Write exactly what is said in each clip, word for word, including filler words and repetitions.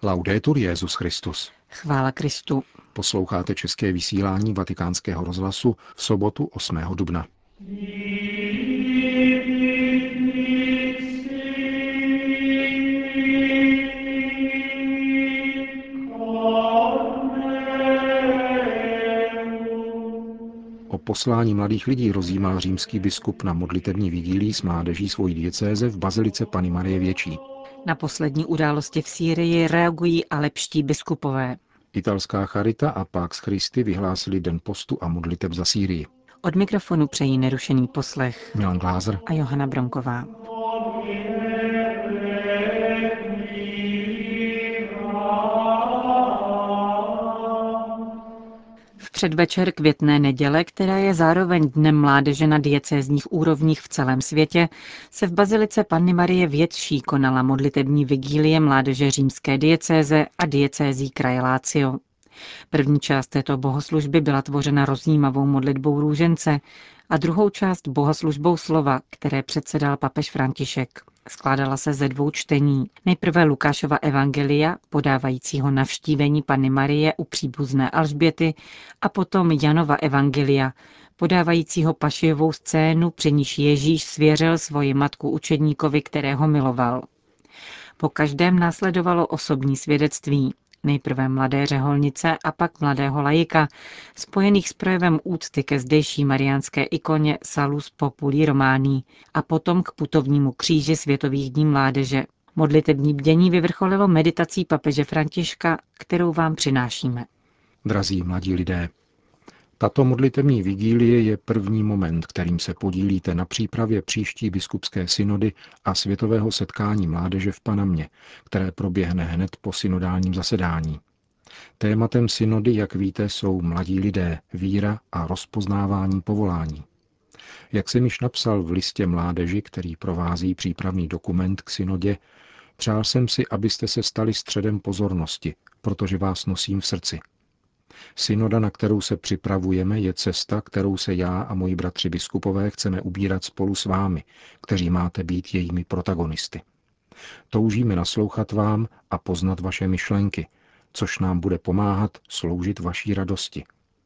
Laudetur Jesus Christus. Chvála Kristu. Posloucháte české vysílání Vatikánského rozhlasu v sobotu osmého dubna. O poslání mladých lidí rozjímal římský biskup na modlitební vigílii s mládeží svojí diecéze v bazilice Panny Marie Větší. Na poslední události v Sýrii reagují alepští biskupové. Italská Charita a Pax Christi vyhlásili den postu a modliteb za Sýrii. Od mikrofonu přejí nerušený poslech Milan Glázer a Johana Bronková. V předvečer květné neděle, která je zároveň dnem mládeže na diecézních úrovních v celém světě, se v bazilice Panny Marie Větší konala modlitební vigílie mládeže římské diecéze a diecézí kraje Lazio. První část této bohoslužby byla tvořena rozjímavou modlitbou růžence a druhou část bohoslužbou slova, které předsedal papež František. Skládala se ze dvou čtení. Nejprve Lukášova evangelia, podávajícího navštívení Panny Marie u příbuzné Alžběty, a potom Janova evangelia, podávajícího pašijovou scénu, při níž Ježíš svěřil svoji matku učedníkovi, kterého miloval. Po každém následovalo osobní svědectví. Nejprve mladé řeholnice a pak mladého laika, spojených s projevem úcty ke zdejší mariánské ikoně Salus Populi Romani a potom k putovnímu kříži Světových dní mládeže. Modlitební bdění vyvrcholilo meditací papeže Františka, kterou vám přinášíme. Drazí mladí lidé, tato modlitební vigílie je první moment, kterým se podílíte na přípravě příští biskupské synody a světového setkání mládeže v Panamě, které proběhne hned po synodálním zasedání. Tématem synody, jak víte, jsou mladí lidé, víra a rozpoznávání povolání. Jak jsem již napsal v listě mládeži, který provází přípravný dokument k synodě, přál jsem si, abyste se stali středem pozornosti, protože vás nosím v srdci. Synoda, na kterou se připravujeme, je cesta, kterou se já a moji bratři biskupové chceme ubírat spolu s vámi, kteří máte být jejími protagonisty. Toužíme naslouchat vám a poznat vaše myšlenky, což nám bude pomáhat sloužit vaší radosti.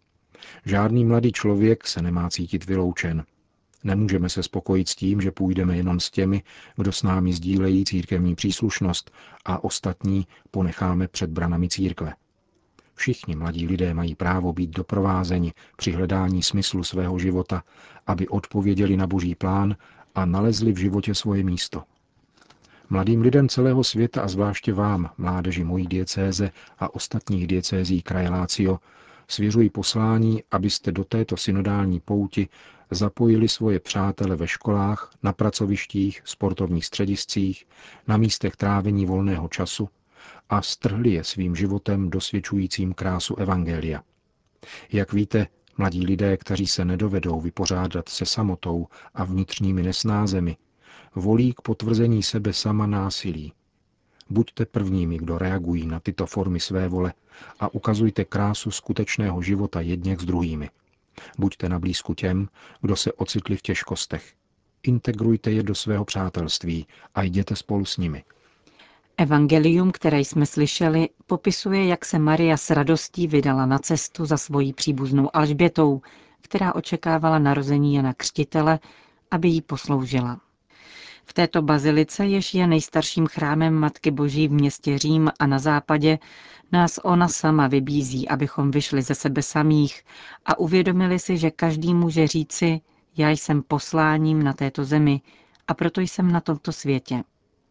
Žádný mladý člověk se nemá cítit vyloučen. Nemůžeme se spokojit s tím, že půjdeme jenom s těmi, kdo s námi sdílejí církevní příslušnost, a ostatní ponecháme před branami církve. Všichni mladí lidé mají právo být doprovázeni při hledání smyslu svého života, aby odpověděli na Boží plán a nalezli v životě svoje místo. Mladým lidem celého světa a zvláště vám, mládeži mojí diecéze a ostatních diecézí kraje Lazio, svěřuji poslání, abyste do této synodální pouti zapojili svoje přátele ve školách, na pracovištích, sportovních střediscích, na místech trávení volného času a strhli je svým životem dosvědčujícím krásu evangelia. Jak víte, mladí lidé, kteří se nedovedou vypořádat se samotou a vnitřními nesnázemi, volí k potvrzení sebe sama násilí. Buďte prvními, kdo reagují na tyto formy své vole, a ukazujte krásu skutečného života jedněch s druhými. Buďte na blízku těm, kdo se ocitli v těžkostech. Integrujte je do svého přátelství a jděte spolu s nimi. Evangelium, které jsme slyšeli, popisuje, jak se Maria s radostí vydala na cestu za svojí příbuznou Alžbětou, která očekávala narození Jana Křtitele, aby jí posloužila. V této bazilice, jež je nejstarším chrámem Matky Boží v městě Řím a na západě, nás ona sama vybízí, abychom vyšli ze sebe samých a uvědomili si, že každý může říci, já jsem posláním na této zemi a proto jsem na tomto světě.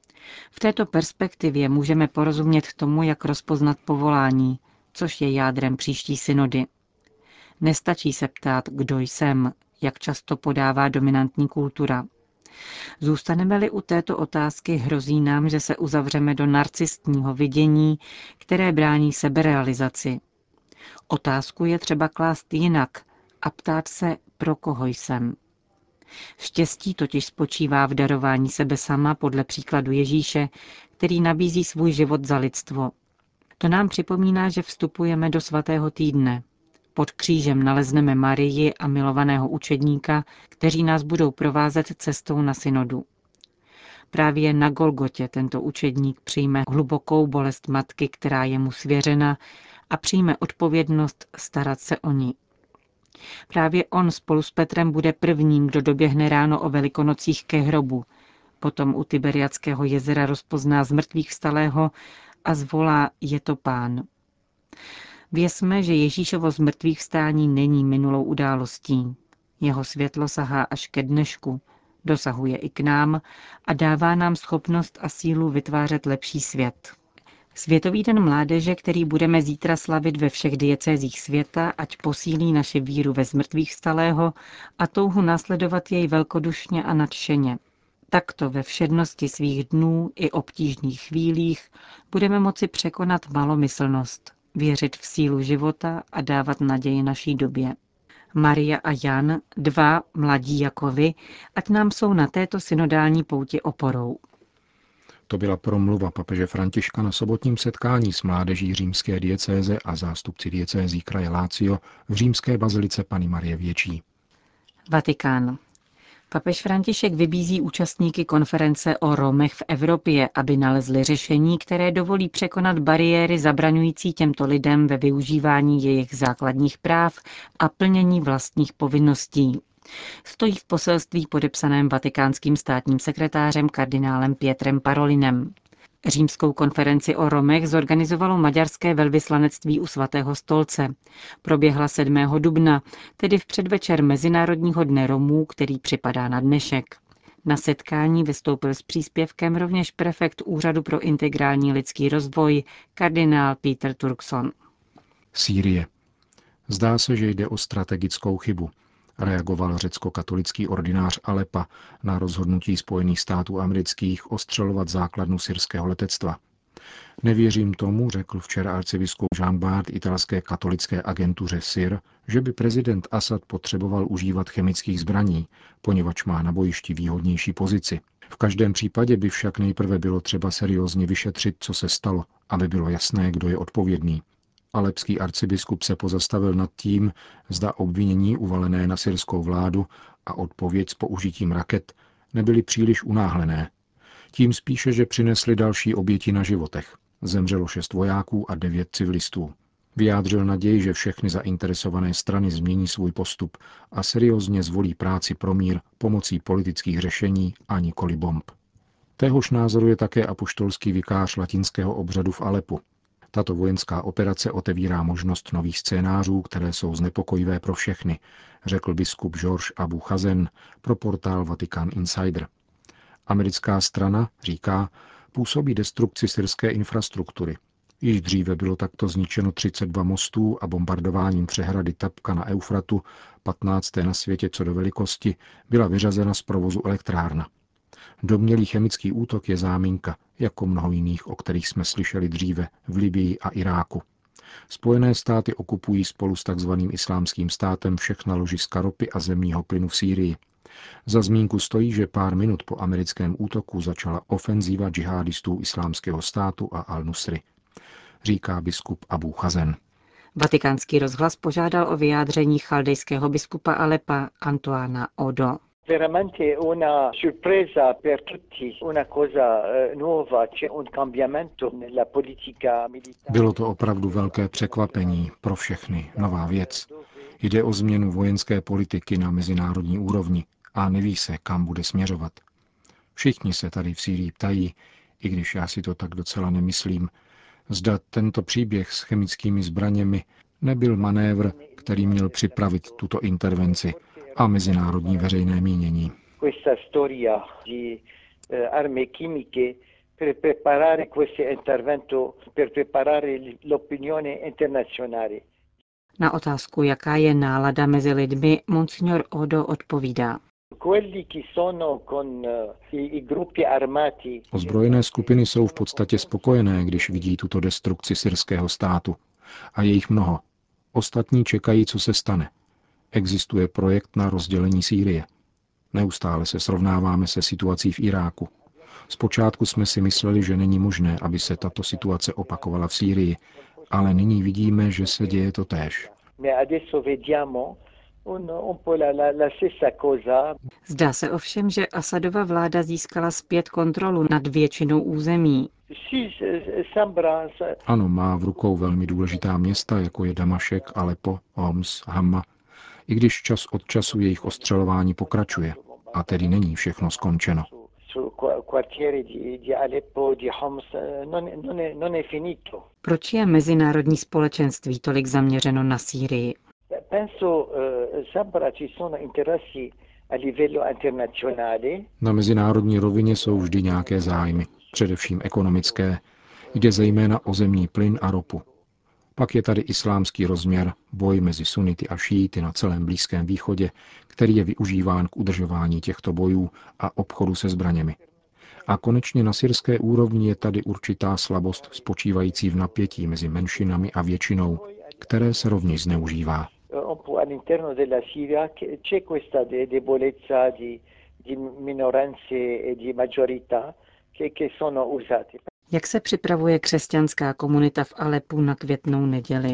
V této perspektivě můžeme porozumět tomu, jak rozpoznat povolání, což je jádrem příští synody. Nestačí se ptát, kdo jsem, jak často podává dominantní kultura. Zůstaneme-li u této otázky, hrozí nám, že se uzavřeme do narcistního vidění, které brání seberealizaci. Otázku je třeba klást jinak a ptát se, pro koho jsem. Štěstí totiž spočívá v darování sebe sama podle příkladu Ježíše, který nabízí svůj život za lidstvo. To nám připomíná, že vstupujeme do svatého týdne. Pod křížem nalezneme Marii a milovaného učedníka, kteří nás budou provázet cestou na synodu. Právě na Golgotě tento učedník přijme hlubokou bolest matky, která je mu svěřena, a přijme odpovědnost starat se o ní. Právě on spolu s Petrem bude prvním, kdo doběhne ráno o Velikonocích ke hrobu, potom u Tiberiadského jezera rozpozná zmrtvých vstalého a zvolá: je to Pán. Vězme, že Ježíšovo zmrtvých vstání není minulou událostí. Jeho světlo sahá až ke dnešku, dosahuje i k nám a dává nám schopnost a sílu vytvářet lepší svět. Světový den mládeže, který budeme zítra slavit ve všech diecézích světa, ať posílí naši víru ve zmrtvých vstalého a touhu následovat jej velkodušně a nadšeně. Takto ve všednosti svých dnů i obtížných chvílích budeme moci překonat malomyslnost, věřit v sílu života a dávat naději naší době. Maria a Jan, dva mladí jako vy, ať nám jsou na této synodální pouti oporou. To byla promluva papeže Františka na sobotním setkání s mládeží římské diecéze a zástupci diecézí kraje Lácio v římské bazilice Panny Marie Větší. Vatikán. Papež František vybízí účastníky konference o Romech v Evropě, aby nalezli řešení, které dovolí překonat bariéry zabraňující těmto lidem ve využívání jejich základních práv a plnění vlastních povinností. Stojí v poselství podepsaném vatikánským státním sekretářem kardinálem Pietrem Parolinem. Římskou konferenci o Romech zorganizovalo maďarské velvyslanectví u Svatého stolce. Proběhla sedmého dubna, tedy v předvečer Mezinárodního dne Romů, který připadá na dnešek. Na setkání vystoupil s příspěvkem rovněž prefekt Úřadu pro integrální lidský rozvoj, kardinál Peter Turkson. Sýrie. Zdá se, že jde o strategickou chybu, reagoval řecko-katolický ordinář Alepa na rozhodnutí Spojených států amerických ostřelovat základnu syrského letectva. Nevěřím tomu, řekl včera arcibiskup Jean Bart italské katolické agentuře S I R, že by prezident Asad potřeboval užívat chemických zbraní, poněvadž má na bojišti výhodnější pozici. V každém případě by však nejprve bylo třeba seriózně vyšetřit, co se stalo, aby bylo jasné, kdo je odpovědný. Alepský arcibiskup se pozastavil nad tím, zda obvinění uvalené na syrskou vládu a odpověď s použitím raket nebyly příliš unáhlené. Tím spíše, že přinesly další oběti na životech. Zemřelo šest vojáků a devět civilistů. Vyjádřil naději, že všechny zainteresované strany změní svůj postup a seriózně zvolí práci pro mír pomocí politických řešení a nikoli bomb. Téhož názoru je také apoštolský vikář latinského obřadu v Alepu. Tato vojenská operace otevírá možnost nových scénářů, které jsou znepokojivé pro všechny, řekl biskup George Abu Chazen pro portál Vatican Insider. Americká strana, říká, působí destrukci syrské infrastruktury. Již dříve bylo takto zničeno třicet dva mostů a bombardováním přehrady Tabka na Eufratu, patnácté na světě co do velikosti, byla vyřazena z provozu elektrárna. Domnělý chemický útok je záminka, jako mnoho jiných, o kterých jsme slyšeli dříve v Libyi a Iráku. Spojené státy okupují spolu s takzvaným islámským státem všechna ložiska ropy a zemního plynu v Sýrii. Za zmínku stojí, že pár minut po americkém útoku začala ofenzíva džihadistů islámského státu a Al-Nusry, říká biskup Abu Chazen. Vatikánský rozhlas požádal o vyjádření chaldejského biskupa Alepa Antoana Odo. Veramente una sorpresa per tutti, una cosa nuova, c'è un cambiamento nella politica militare. Bylo to opravdu velké překvapení pro všechny, nová věc. Jde o změnu vojenské politiky na mezinárodní úrovni a neví se, kam bude směřovat. Všichni se tady v Sýrii ptají, i když já si to tak docela nemyslím, zda tento příběh s chemickými zbraněmi nebyl manévr, který měl připravit tuto intervenci a mezinárodní veřejné mínění. Questa storia di armi chimiche per preparare questo intervento, per preparare l'opinione internazionale. Na otázku, jaká je nálada mezi lidmi, monsignor Odo odpovídá. Ozbrojené skupiny jsou v podstatě spokojené, když vidí tuto destrukci syrského státu. A je jich mnoho. Ostatní čekají, co se stane. Existuje projekt na rozdělení Sýrie. Neustále se srovnáváme se situací v Iráku. Zpočátku jsme si mysleli, že není možné, aby se tato situace opakovala v Sýrii, ale nyní vidíme, že se děje to též. Zdá se ovšem, že Asadova vláda získala zpět kontrolu nad většinou území. Ano, má v rukou velmi důležitá města, jako je Damašek, Alepo, Homs, Hamma, i když čas od času jejich ostřelování pokračuje. A tedy není všechno skončeno. Proč je mezinárodní společenství tolik zaměřeno na Sýrii? Na mezinárodní rovině jsou vždy nějaké zájmy, především ekonomické. Jde zejména o zemní plyn a ropu. Pak je tady islámský rozměr, boj mezi sunity a šíity na celém Blízkém východě, který je využíván k udržování těchto bojů a obchodu se zbraněmi. A konečně na syrské úrovni je tady určitá slabost spočívající v napětí mezi menšinami a většinou, které se rovněž zneužívá. Jak se připravuje křesťanská komunita v Alepu na květnou neděli?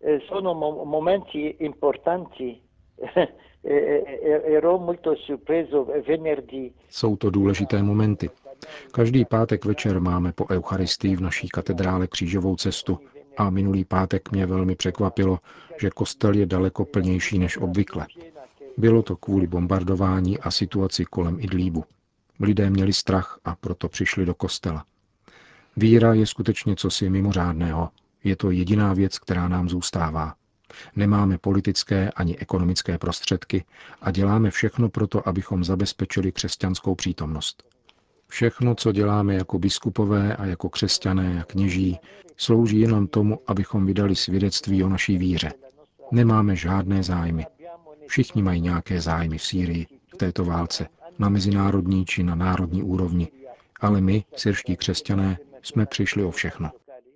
Jsou to důležité momenty. Každý pátek večer máme po eucharistii v naší katedrále křížovou cestu a minulý pátek mě velmi překvapilo, že kostel je daleko plnější než obvykle. Bylo to kvůli bombardování a situaci kolem Idlíbu. Lidé měli strach a proto přišli do kostela. Víra je skutečně cosi mimořádného. Je to jediná věc, která nám zůstává. Nemáme politické ani ekonomické prostředky a děláme všechno proto, abychom zabezpečili křesťanskou přítomnost. Všechno, co děláme jako biskupové a jako křesťané a kněží, slouží jenom tomu, abychom vydali svědectví o naší víře. Nemáme žádné zájmy. Všichni mají nějaké zájmy v Sýrii, v této válce, na mezinárodní či na národní úrovni, ale my, syrští křesťané, jsme přišli o všechno.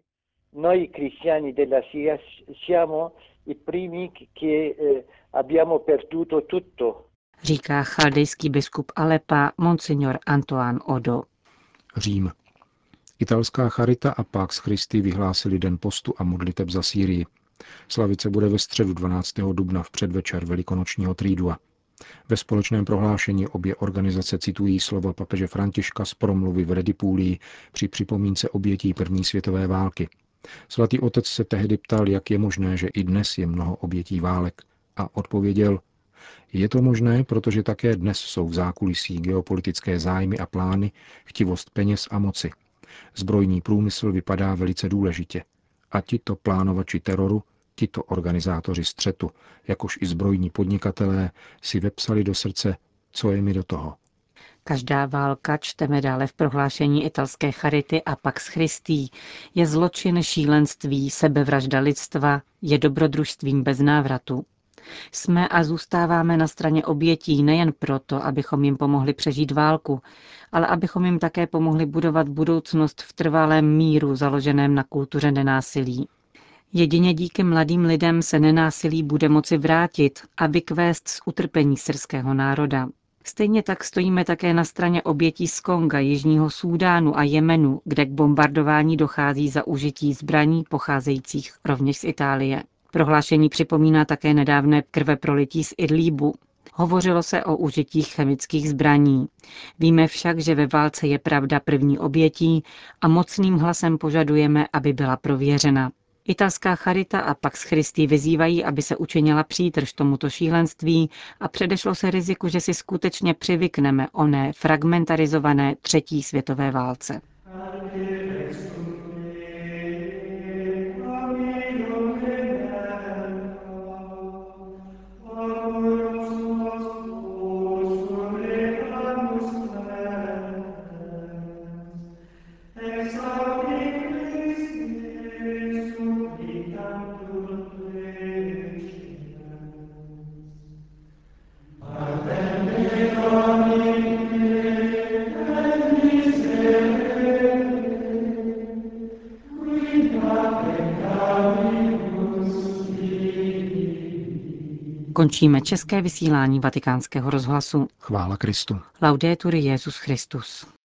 Říká chaldejský biskup Alepa Monsignor Antoine Odo. Řím. Italská Charita a Pax Christi vyhlásili den postu a modliteb za Sýrii. Slavit se bude ve středu dvanáctého dubna v předvečer velikonočního trídua. Ve společném prohlášení obě organizace citují slova papeže Františka z promluvy v Redipúlii při připomínce obětí první světové války. Svatý otec se tehdy ptal, jak je možné, že i dnes je mnoho obětí válek, a odpověděl: je to možné, protože také dnes jsou v zákulisí geopolitické zájmy a plány, chtivost peněz a moci. Zbrojní průmysl vypadá velice důležitě. A tito plánovači teroru, tito organizátoři střetu, jakož i zbrojní podnikatelé, si vepsali do srdce, co je mi do toho. Každá válka, čteme dále v prohlášení italské Charity a Pax Christi, je zločin, šílenství, sebevražda lidstva, je dobrodružstvím bez návratu. Jsme a zůstáváme na straně obětí nejen proto, abychom jim pomohli přežít válku, ale abychom jim také pomohli budovat budoucnost v trvalém míru založeném na kultuře nenásilí. Jedině díky mladým lidem se nenásilí bude moci vrátit a vykvést z utrpení syrského národa. Stejně tak stojíme také na straně obětí z Konga, Jižního Súdánu a Jemenu, kde k bombardování dochází za užití zbraní pocházejících rovněž z Itálie. Prohlášení připomíná také nedávné krveprolití z Idlíbu. Hovořilo se o užití chemických zbraní. Víme však, že ve válce je pravda první obětí a mocným hlasem požadujeme, aby byla prověřena. Italská Charita a Pax Christi vyzývají, aby se učinila přítrž tomuto šílenství a předešlo se riziku, že si skutečně přivykneme oné fragmentarizované třetí světové válce. Končíme české vysílání Vatikánského rozhlasu. Chvála Kristu. Laudetur Jesus Christus.